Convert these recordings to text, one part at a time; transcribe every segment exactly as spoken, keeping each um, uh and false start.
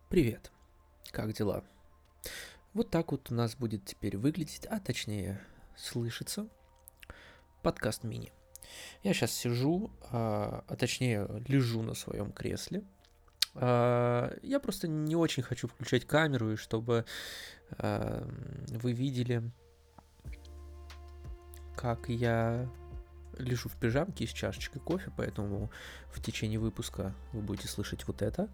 Привет, как дела? Вот так вот у нас будет теперь выглядеть, а точнее слышится подкаст мини. Я сейчас сижу, а, а точнее лежу на своем кресле. А, я просто не очень хочу включать камеру, и чтобы а, вы видели, как я лежу в пижамке с чашечкой кофе, поэтому в течение выпуска вы будете слышать вот это.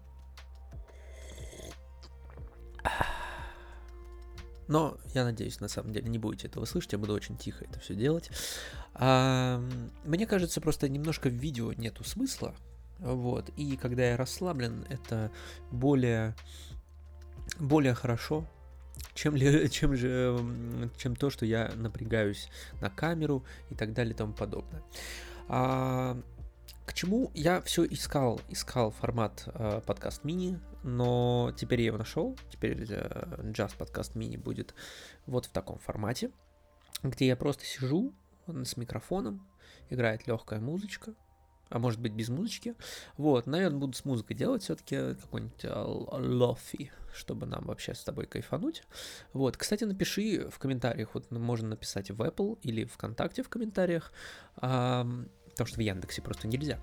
Но я надеюсь, на самом деле, не будете этого слышать, я буду очень тихо это все делать. А, мне кажется, просто немножко в видео нету смысла. Вот. И когда я расслаблен, это более, более хорошо, чем, ли, чем, же, чем то, что я напрягаюсь на камеру и так далее и тому подобное. А, к чему я все искал, искал формат э, подкаст мини, но теперь я его нашел. Теперь э, Just подкаст мини будет вот в таком формате, где я просто сижу с микрофоном, играет легкая музычка, а может быть без музычки. Вот, наверное, буду с музыкой делать все-таки какой-нибудь лофи, чтобы нам вообще с тобой кайфануть. Вот, кстати, напиши в комментариях, вот можно написать в Apple или ВКонтакте в комментариях, потому что в Яндексе просто нельзя.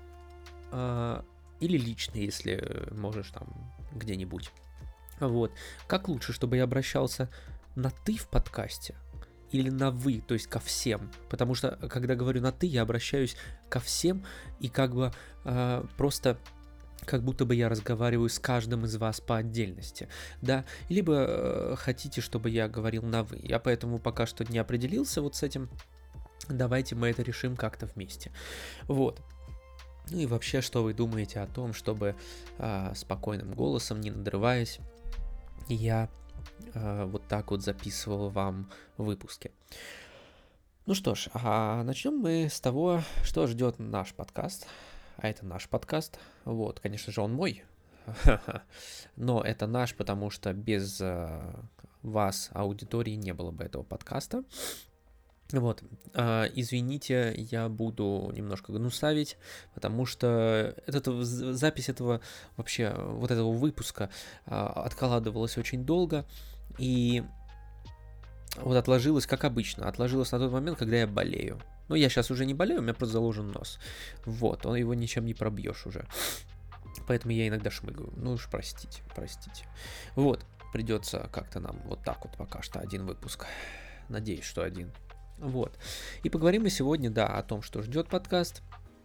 Или лично, если можешь там где-нибудь. Вот. Как лучше, чтобы я обращался на «ты» в подкасте или на «вы», то есть ко всем? Потому что, когда говорю на «ты», я обращаюсь ко всем и как бы э, просто как будто бы я разговариваю с каждым из вас по отдельности, да, либо э, хотите, чтобы я говорил на «вы». Я поэтому пока что не определился вот с этим. Давайте мы это решим как-то вместе. Вот. Ну и вообще, что вы думаете о том, чтобы э, спокойным голосом, не надрываясь, я э, вот так вот записывал вам выпуски. Ну что ж, а начнем мы с того, что ждет наш подкаст. А это наш подкаст. Вот, конечно же, он мой. Но это наш, потому что без э, вас, аудитории, не было бы этого подкаста. Вот, а, извините, я буду немножко гнусавить, потому что этот, запись этого вообще, вот этого выпуска а, откладывалась очень долго, и вот отложилось, как обычно, отложилось на тот момент, когда я болею. Ну, я сейчас уже не болею, у меня просто заложен нос. Вот, он его ничем не пробьешь уже. Поэтому я иногда шмыгаю. Ну уж простите, простите. Вот, придется как-то нам вот так вот пока что один выпуск. Надеюсь, что один. Вот. И поговорим мы сегодня, да, о том, что ждет подкаст.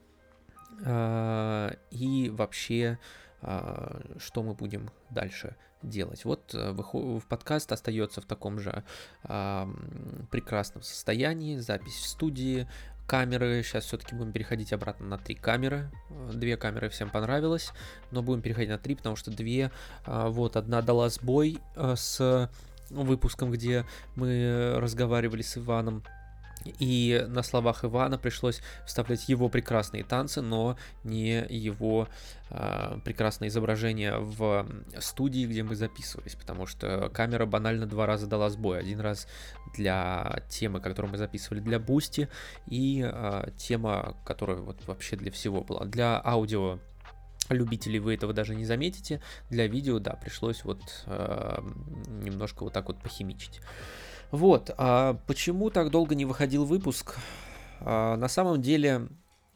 И вообще, что мы будем дальше делать. Вот в подкаст остается в таком же прекрасном состоянии. Запись в студии, камеры. Сейчас все-таки будем переходить обратно на три камеры. Две камеры всем понравилось, но будем переходить на три, потому что две, вот, одна дала сбой с выпуском, где мы разговаривали с Иваном. И на словах Ивана пришлось вставлять его прекрасные танцы, но не его э, прекрасное изображение в студии, где мы записывались, потому что камера банально два раза дала сбой. Один раз для темы, которую мы записывали для Бусти, и э, тема, которая вот вообще для всего была. Для аудио любителей вы этого даже не заметите, для видео, да, пришлось вот э, немножко вот так вот похимичить. Вот, а почему так долго не выходил выпуск? А, на самом деле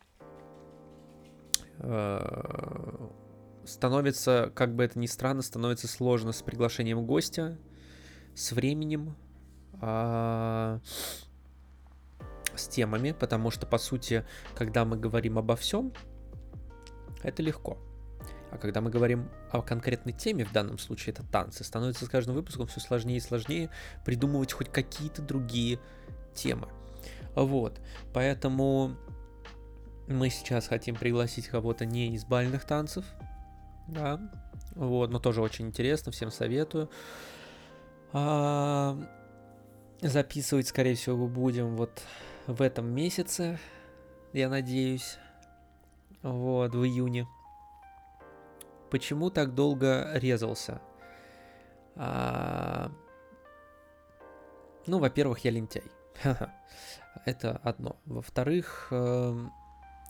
э, становится, как бы это ни странно, становится сложно с приглашением гостя, с временем, а, с темами, потому что, по сути, когда мы говорим обо всем, это легко. А когда мы говорим о конкретной теме, в данном случае это танцы, становится с каждым выпуском все сложнее и сложнее придумывать хоть какие-то другие темы. Вот, поэтому мы сейчас хотим пригласить кого-то не из бальных танцев, да, вот, но тоже очень интересно, всем советую. А, записывать, скорее всего, будем вот в этом месяце, я надеюсь, вот, в июне. Почему так долго резался? А... Ну, во-первых, я лентяй. Это одно. Во-вторых,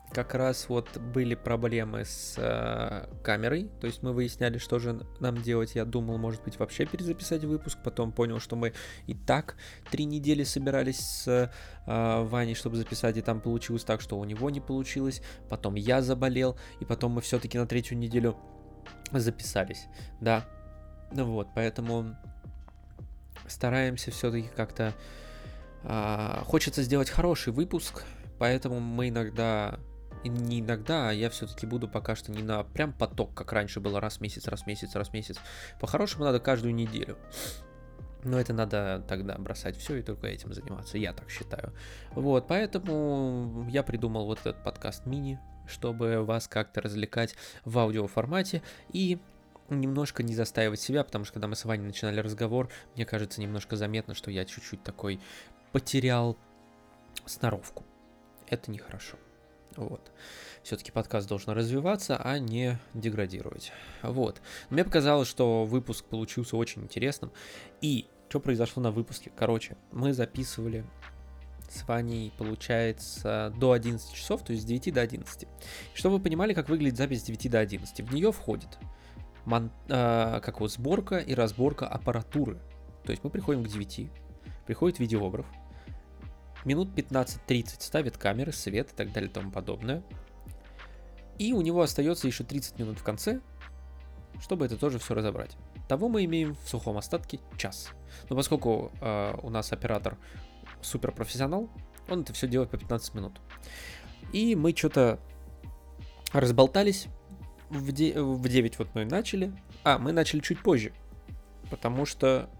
как раз вот были проблемы с э, камерой, то есть мы выясняли, что же нам делать. Я думал, может быть, вообще перезаписать выпуск, потом понял, что мы и так три недели собирались с э, Ваней, чтобы записать, и там получилось так, что у него не получилось, потом я заболел, и потом мы все-таки на третью неделю записались, да, ну вот, поэтому стараемся все-таки как-то, э, хочется сделать хороший выпуск, поэтому мы иногда... И не иногда, а я все-таки буду пока что не на прям поток, как раньше было, раз в месяц, раз в месяц, раз в месяц. По-хорошему надо каждую неделю. Но это надо тогда бросать все и только этим заниматься, я так считаю. Вот, поэтому я придумал вот этот подкаст мини, чтобы вас как-то развлекать в аудиоформате и немножко не застаивать себя, потому что когда мы с Ваней начинали разговор, мне кажется, немножко заметно, что я чуть-чуть такой потерял сноровку. Это нехорошо. Вот. Все-таки подкаст должен развиваться, а не деградировать. Вот. Мне показалось, что выпуск получился очень интересным. И что произошло на выпуске? Короче, мы записывали с Ваней, получается, до одиннадцати часов, то есть с девяти до одиннадцати. Чтобы вы понимали, как выглядит запись с девяти до одиннадцати. В нее входит мон... э, как вот сборка и разборка аппаратуры. То есть мы приходим к девяти, приходит видеограф, минут пятнадцать-тридцать ставит камеры, свет и так далее и тому подобное. И у него остается еще тридцать минут в конце, чтобы это тоже все разобрать. Того мы имеем в сухом остатке час. Но поскольку э, у нас оператор суперпрофессионал, он это все делает по пятнадцать минут. И мы что-то разболтались. В, де- в девять вот мы начали. А, мы начали чуть позже. Потому что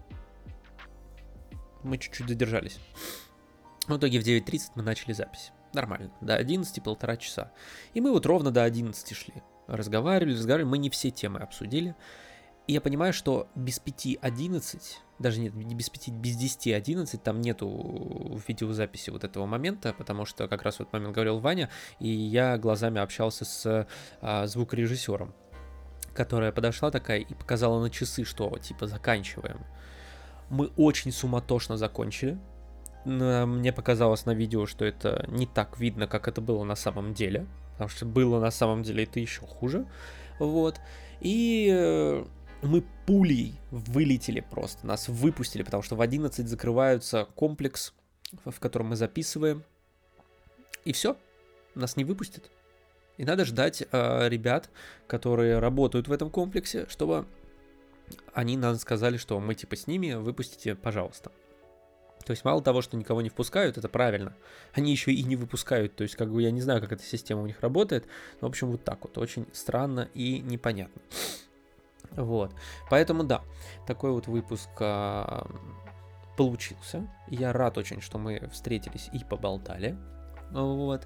мы чуть-чуть задержались. В итоге в девять тридцать мы начали запись. Нормально. До одиннадцати полтора часа. И мы вот ровно до одиннадцати шли. Разговаривали, разговаривали. Мы не все темы обсудили. И я понимаю, что без пяти одиннадцать, даже нет, не без пяти, без десяти одиннадцать, там нету в видеозаписи вот этого момента, потому что как раз в этот момент говорил Ваня, и я глазами общался с а, звукорежиссером, которая подошла такая и показала на часы, что типа заканчиваем. Мы очень суматошно закончили. Мне показалось на видео, что это не так видно, как это было на самом деле. Потому что было на самом деле это еще хуже. Вот. И мы пулей вылетели просто. Нас выпустили, потому что в одиннадцать закрывается комплекс, в котором мы записываем. И все. Нас не выпустят. И надо ждать э, ребят, которые работают в этом комплексе, чтобы они нам сказали, что мы типа с ними, выпустите, пожалуйста. То есть мало того, что никого не впускают, это правильно, они еще и не выпускают, то есть как бы я не знаю, как эта система у них работает, но в общем вот так вот, очень странно и непонятно. Вот, поэтому да, такой вот выпуск а, получился, я рад очень, что мы встретились и поболтали, вот,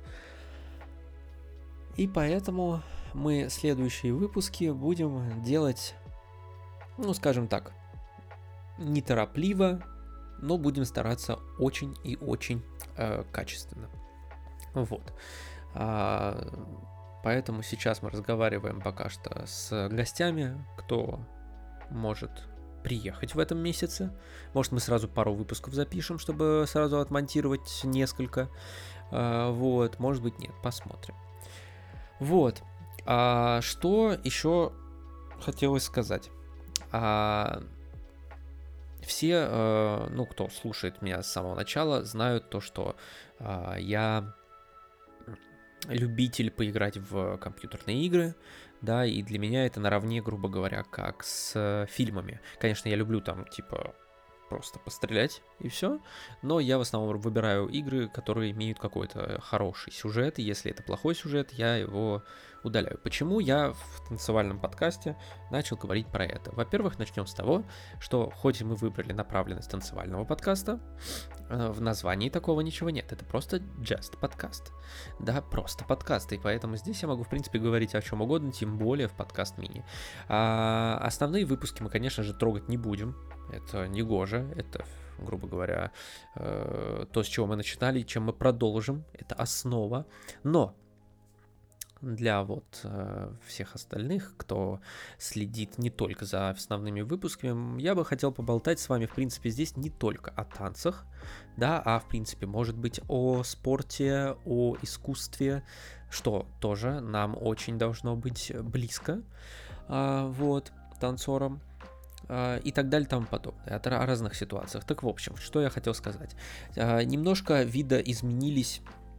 и поэтому мы следующие выпуски будем делать, ну скажем так, неторопливо, но будем стараться очень и очень э, качественно. Вот. А, поэтому сейчас мы разговариваем пока что с гостями, кто может приехать в этом месяце. Может, мы сразу пару выпусков запишем, чтобы сразу отмонтировать несколько. А, вот. Может быть, нет. Посмотрим. Вот. А, что еще хотелось сказать? А, Все, э, ну, кто слушает меня с самого начала, знают то, что э, я любитель поиграть в компьютерные игры, да, и для меня это наравне, грубо говоря, как с э, фильмами. Конечно, я люблю там, типа, просто пострелять и все, но я в основном выбираю игры, которые имеют какой-то хороший сюжет, и если это плохой сюжет, я его удаляю. Почему я в танцевальном подкасте начал говорить про это? Во-первых, начнем с того, что хоть мы выбрали направленность танцевального подкаста, в названии такого ничего нет, это просто just подкаст. Да, просто подкаст, и поэтому здесь я могу, в принципе, говорить о чем угодно, тем более в подкаст мини. А основные выпуски мы, конечно же, трогать не будем, это не гоже, это, грубо говоря, то, с чего мы начинали, чем мы продолжим, это основа, но для вот э, всех остальных, кто следит не только за основными выпусками, я бы хотел поболтать с вами, в принципе, здесь не только о танцах, да, а, в принципе, может быть, о спорте, о искусстве, что тоже нам очень должно быть близко, а, вот, танцорам, а, и так далее и тому подобное, о разных ситуациях. Так, в общем, что я хотел сказать. А, немножко видоизменились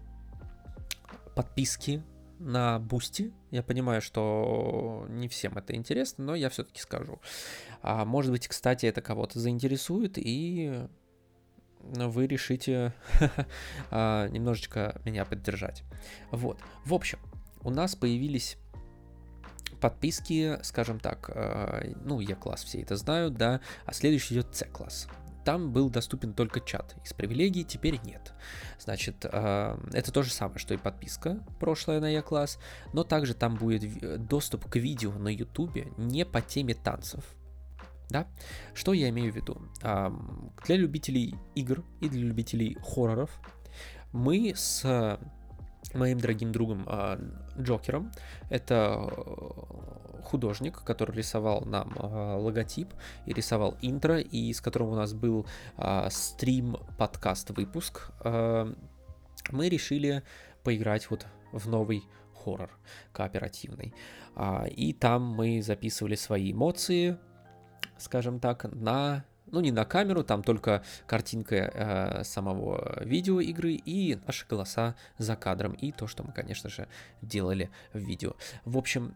подписки на Boosty. Я понимаю, что не всем это интересно, но я все-таки скажу. А, может быть, кстати, это кого-то заинтересует, и вы решите немножечко меня поддержать. Вот. В общем, у нас появились подписки, скажем так, ну, Е-класс, все это знают, да, а следующий идет С-класс. Там был доступен только чат из привилегий, теперь нет. Значит, это то же самое, что и подписка прошлая на Е-класс, но также там будет доступ к видео на Ютубе не по теме танцев. Да? Что я имею в виду? Для любителей игр и для любителей хорроров мы с моим дорогим другом Джокером, это художник, который рисовал нам логотип и рисовал интро, и с которым у нас был стрим, подкаст, выпуск, мы решили поиграть вот в новый хоррор кооперативный. И там мы записывали свои эмоции, скажем так, на, ну не на камеру, там только картинка э, самого видео игры и наши голоса за кадром, и то, что мы, конечно же, делали в видео. В общем,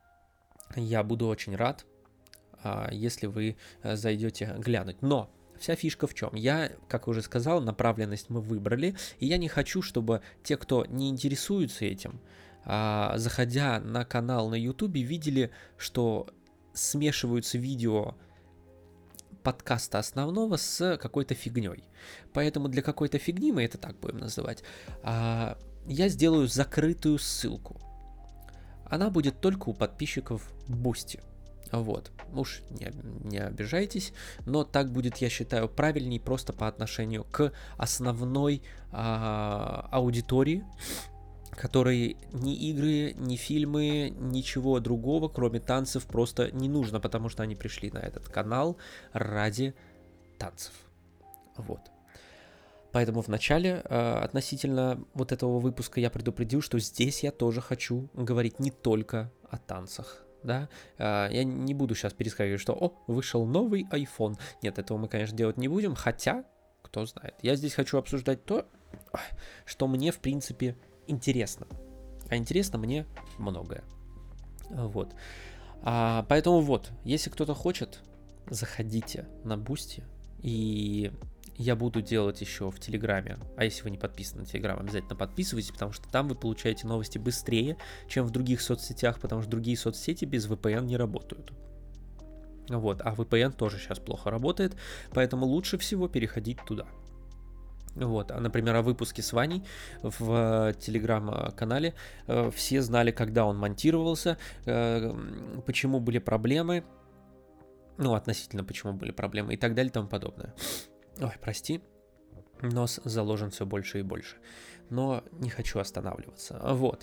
я буду очень рад, э, если вы зайдете глянуть. Но вся фишка в чем? Я, как уже сказал, направленность мы выбрали, и я не хочу, чтобы те, кто не интересуется этим, э, заходя на канал на Ютубе, видели, что смешиваются видео подкаста основного с какой-то фигней. Поэтому для какой-то фигни, мы это так будем называть, я сделаю закрытую ссылку. Она будет только у подписчиков Boosty. Вот. Уж не, не обижайтесь, но так будет, я считаю, правильней просто по отношению к основной а, аудитории, которые ни игры, ни фильмы, ничего другого, кроме танцев, просто не нужно, потому что они пришли на этот канал ради танцев. Вот. Поэтому в начале э, относительно вот этого выпуска я предупредил, что здесь я тоже хочу говорить не только о танцах. Да? Э, я не буду сейчас перескакивать, что «О, вышел новый iPhone». Нет, этого мы, конечно, делать не будем, хотя, кто знает. Я здесь хочу обсуждать то, что мне, в принципе, интересно. А интересно мне многое. Вот. А, поэтому вот, если кто-то хочет, заходите на Boosty, и я буду делать еще в Телеграме. А если вы не подписаны на Телеграм, обязательно подписывайтесь, потому что там вы получаете новости быстрее, чем в других соцсетях, потому что другие соцсети без ви пи эн не работают. Вот, а ви пи эн тоже сейчас плохо работает, поэтому лучше всего переходить туда. Вот, а, например, о выпуске с Ваней в телеграм-канале э, все знали, когда он монтировался, э, почему были проблемы, ну, относительно почему были проблемы и так далее и тому подобное. Ой, прости, нос заложен все больше и больше, но не хочу останавливаться. Вот.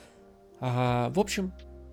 А, в общем,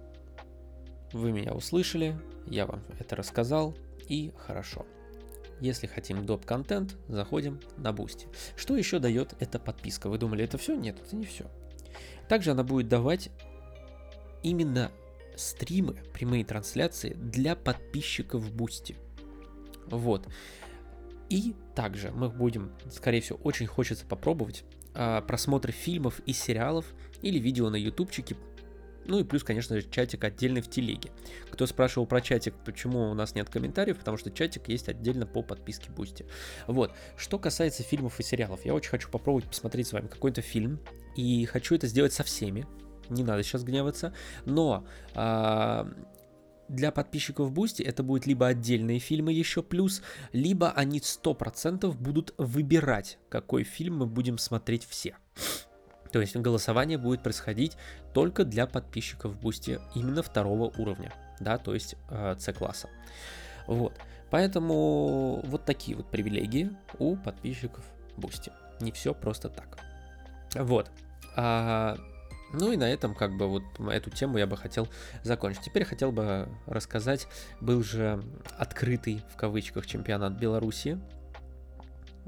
вы меня услышали, я вам это рассказал, и хорошо. Если хотим доп-контент, заходим на Boosty. Что еще дает эта подписка? Вы думали, это все? Нет, это не все. Также она будет давать именно стримы, прямые трансляции для подписчиков Boosty. Вот. И также мы будем, скорее всего, очень хочется попробовать а, просмотр фильмов и сериалов или видео на ютубчике. Ну и плюс, конечно же, чатик отдельный в телеге. Кто спрашивал про чатик, почему у нас нет комментариев, потому что чатик есть отдельно по подписке Boosty. Вот. Что касается фильмов и сериалов, я очень хочу попробовать посмотреть с вами какой-то фильм, и хочу это сделать со всеми. Не надо сейчас гневаться, но а, для подписчиков Boosty это будет либо отдельные фильмы еще плюс, либо они сто процентов будут выбирать, какой фильм мы будем смотреть все. То есть голосование будет происходить только для подписчиков Boosty именно второго уровня, да, то есть э, С-класса. Вот, поэтому вот такие вот привилегии у подписчиков Boosty. Не все просто так. Вот. А, ну и на этом как бы вот эту тему я бы хотел закончить. Теперь хотел бы рассказать, был же открытый в кавычках чемпионат Беларуси.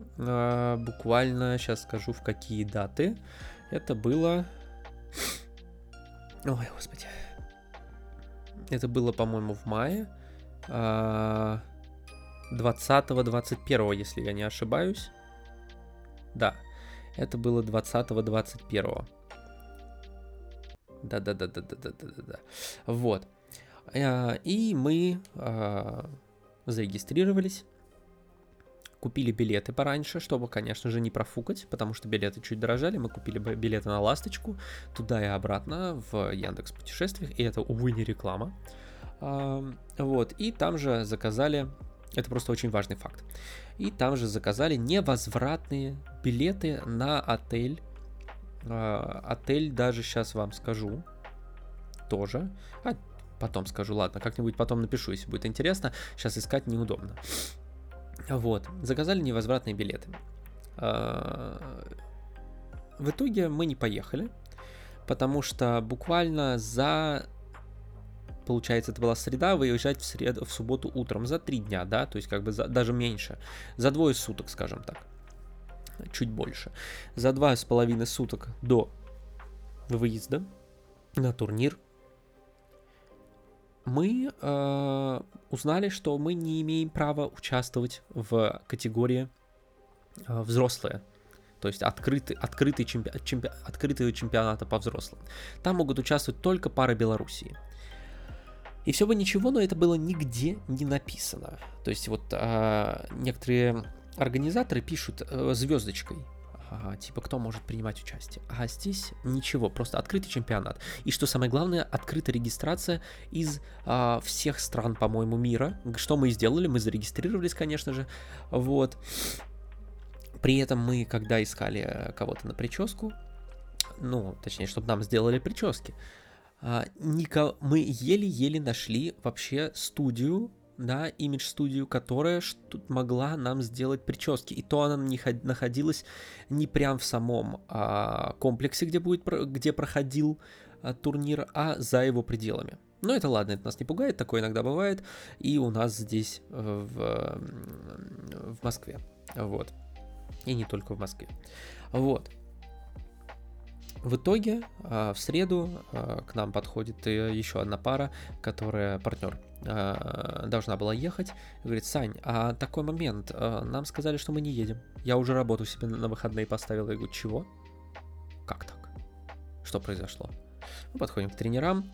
А, буквально сейчас скажу в какие даты. Это было Ой, господи. Это было, по-моему, в мае. двадцатого двадцать первого, если я не ошибаюсь. Да, это было двадцатого двадцать первого. Да-да-да-да-да-да-да-да. Вот. И мы зарегистрировались. Купили билеты пораньше, чтобы, конечно же, не профукать, потому что билеты чуть дорожали. Мы купили билеты на «Ласточку» туда и обратно в Яндекс.Путешествиях, и это, увы, не реклама. Вот, и там же заказали, это просто очень важный факт, и там же заказали невозвратные билеты на отель. Отель даже сейчас вам скажу тоже. А, потом скажу, ладно, как-нибудь потом напишу, если будет интересно. Сейчас искать неудобно. Вот, заказали невозвратные билеты. В итоге мы не поехали, потому что буквально за, получается, это была среда, выезжать в среду, в субботу утром, за три дня, да, то есть как бы за, даже меньше, за двое суток, скажем так, чуть больше, за два с половиной суток до выезда на турнир мы э, узнали, что мы не имеем права участвовать в категории э, взрослые, то есть открытый, открытый, чемпи, чемпи, открытые чемпионаты по взрослым. Там могут участвовать только пары Белоруссии. И все бы ничего, но это было нигде не написано. То есть вот э, некоторые организаторы пишут э, звездочкой, а, типа, кто может принимать участие. А здесь ничего, просто открытый чемпионат. И что самое главное, открытая регистрация из а, всех стран, по-моему, мира. Что мы и сделали, мы зарегистрировались, конечно же. Вот. При этом мы, когда искали кого-то на прическу, ну, точнее, чтобы нам сделали прически, а, нико... мы еле-еле нашли вообще студию, да, имидж-студию, которая тут могла нам сделать прически. И то она не ход- находилась не прям в самом а, комплексе, где, будет, где проходил а, турнир, а за его пределами. Но это ладно, это нас не пугает, такое иногда бывает. И у нас здесь в, в Москве. Вот. И не только в Москве. Вот. В итоге в среду к нам подходит еще одна пара, которая партнер должна была ехать. Говорит: Сань, а такой момент, нам сказали, что мы не едем. Я уже работу себе на выходные поставил. Я говорю: чего? Как так? Что произошло? Мы подходим к тренерам,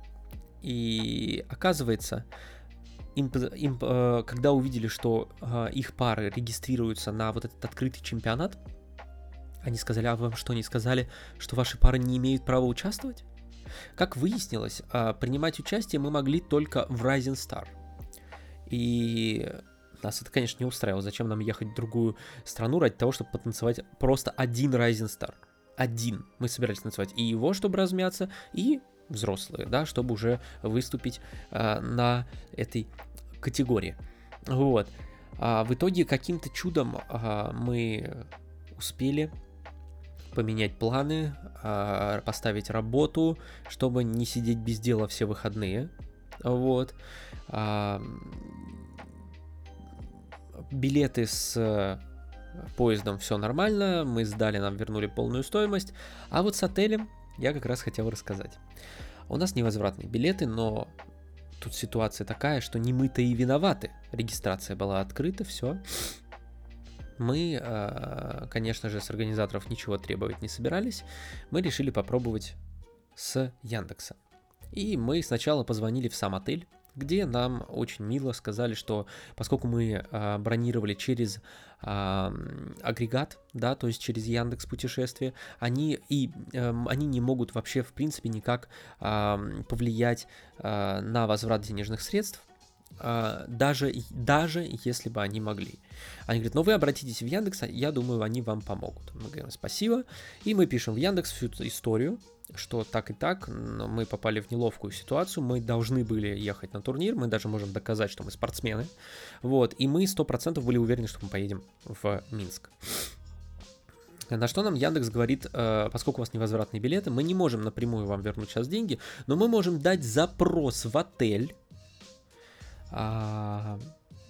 и оказывается, им, им, когда увидели, что их пары регистрируются на вот этот открытый чемпионат, они сказали: а вам что, не сказали, что ваши пары не имеют права участвовать? Как выяснилось, принимать участие мы могли только в Rising Star. И нас это, конечно, не устраивало. Зачем нам ехать в другую страну ради того, чтобы потанцевать просто один Rising Star? Один. Мы собирались танцевать и его, чтобы размяться, и взрослые, да, чтобы уже выступить а, на этой категории. Вот. А в итоге каким-то чудом а, мы успели поменять планы, поставить работу, чтобы не сидеть без дела все выходные. Вот. Билеты с поездом все нормально, мы сдали, нам вернули полную стоимость. А вот с отелем я как раз хотел рассказать. У нас невозвратные билеты, но тут ситуация такая, что не мы-то и виноваты. Регистрация была открыта, все. Мы, конечно же, с организаторов ничего требовать не собирались. Мы решили попробовать с Яндекса. И мы сначала позвонили в сам отель, где нам очень мило сказали, что поскольку мы бронировали через агрегат, да, то есть через Яндекс.Путешествия, они, и, они не могут вообще, в принципе, никак повлиять на возврат денежных средств, даже, даже если бы они могли. Они говорят: ну вы обратитесь в Яндекс, я думаю, они вам помогут. Мы говорим: спасибо. И мы пишем в Яндекс всю эту историю, что так и так, мы попали в неловкую ситуацию, мы должны были ехать на турнир, мы даже можем доказать, что мы спортсмены. Вот, и мы сто процентов были уверены, что мы поедем в Минск. На что нам Яндекс говорит: поскольку у вас невозвратные билеты, мы не можем напрямую вам вернуть сейчас деньги, но мы можем дать запрос в отель,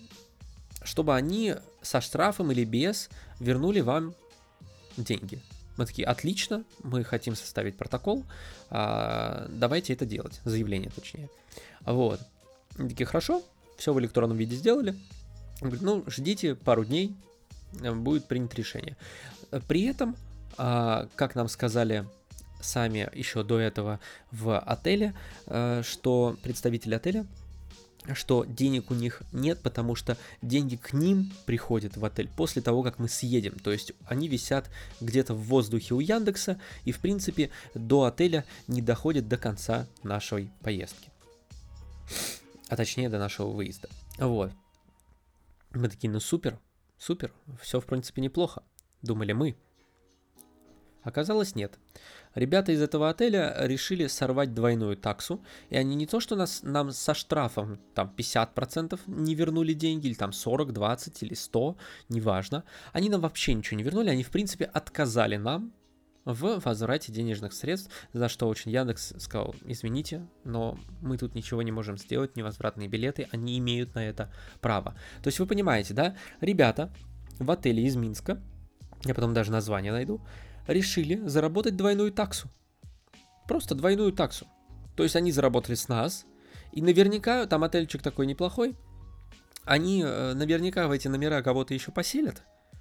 чтобы они со штрафом или без вернули вам деньги. Мы такие, отлично, мы хотим составить протокол, а, давайте это делать, заявление точнее. Вот. Они такие, хорошо, все в электронном виде сделали. Он говорит, ну, ждите пару дней, будет принято решение. При этом, а, как нам сказали сами еще до этого в отеле, а, что представители отеля, что денег у них нет, потому что деньги к ним приходят в отель после того, как мы съедем. То есть они висят где-то в воздухе у Яндекса и, в принципе, до отеля не доходят до конца нашей поездки. А точнее, до нашего выезда. Вот. Мы такие, ну супер, супер, все, в принципе, неплохо. Думали мы. Оказалось, нет. Ребята из этого отеля решили сорвать двойную таксу, и они не то, что нас, нам со штрафом там пятьдесят процентов не вернули деньги, или там сорок, двадцать или сто, неважно. Они нам вообще ничего не вернули, они в принципе отказали нам в возврате денежных средств, за что очень Яндекс сказал, извините, но мы тут ничего не можем сделать, невозвратные билеты, они имеют на это право. То есть вы понимаете, да, ребята в отеле из Минска, я потом даже название найду, решили заработать двойную таксу. Просто двойную таксу. То есть они заработали с нас, и наверняка, там отельчик такой неплохой, они наверняка в эти номера кого-то еще поселят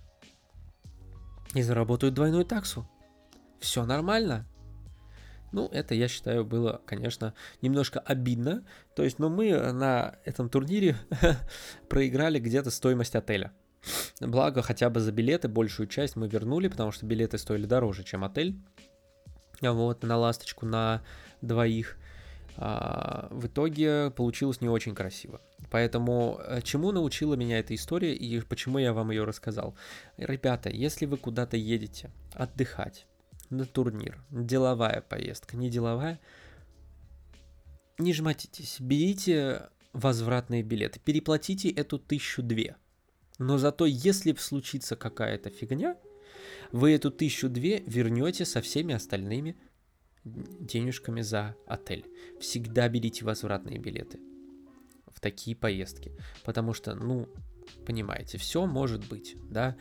и заработают двойную таксу. Все нормально. Ну, это, я считаю, было, конечно, немножко обидно. То есть, ну, мы на этом турнире проиграли где-то стоимость отеля. Благо, хотя бы за билеты большую часть мы вернули, потому что билеты стоили дороже, чем отель. Вот, на ласточку, на двоих. А, в итоге получилось не очень красиво. Поэтому чему научила меня эта история и почему я вам ее рассказал? Ребята, если вы куда-то едете отдыхать, на турнир, деловая поездка, не деловая, не жмотитесь, берите возвратные билеты, переплатите эту тысячу две. Но зато, если случится какая-то фигня, вы эту тысячу две вернете со всеми остальными денежками за отель. Всегда берите возвратные билеты в такие поездки, потому что, ну, понимаете, все может быть, да.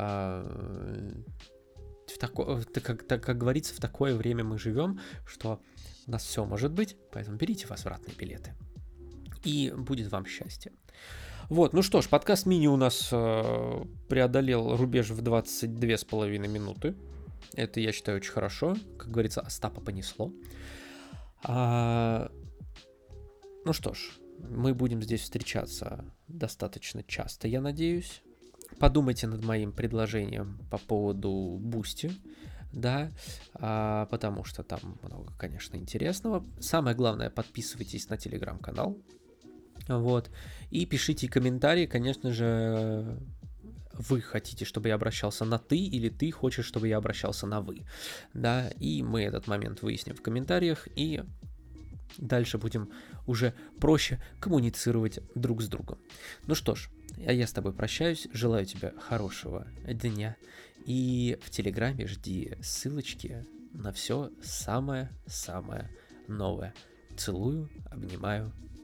В тако... как, так, как говорится, в такое время мы живем, что у нас все может быть, поэтому берите возвратные билеты. И будет вам счастье. Вот, ну что ж, подкаст мини у нас э, преодолел рубеж в двадцать две с половиной минуты. Это, я считаю, очень хорошо. Как говорится, Остапа понесло. А... Ну что ж, мы будем здесь встречаться достаточно часто, я надеюсь. Подумайте над моим предложением по поводу Бусти, да, а, потому что там много, конечно, интересного. Самое главное, подписывайтесь на телеграм-канал, вот, и пишите комментарии, конечно же, вы хотите, чтобы я обращался на ты, или ты хочешь, чтобы я обращался на вы, да, и мы этот момент выясним в комментариях, и дальше будем уже проще коммуницировать друг с другом. Ну что ж, а я с тобой прощаюсь, желаю тебе хорошего дня, и в Телеграме жди ссылочки на все самое-самое новое. Целую, обнимаю,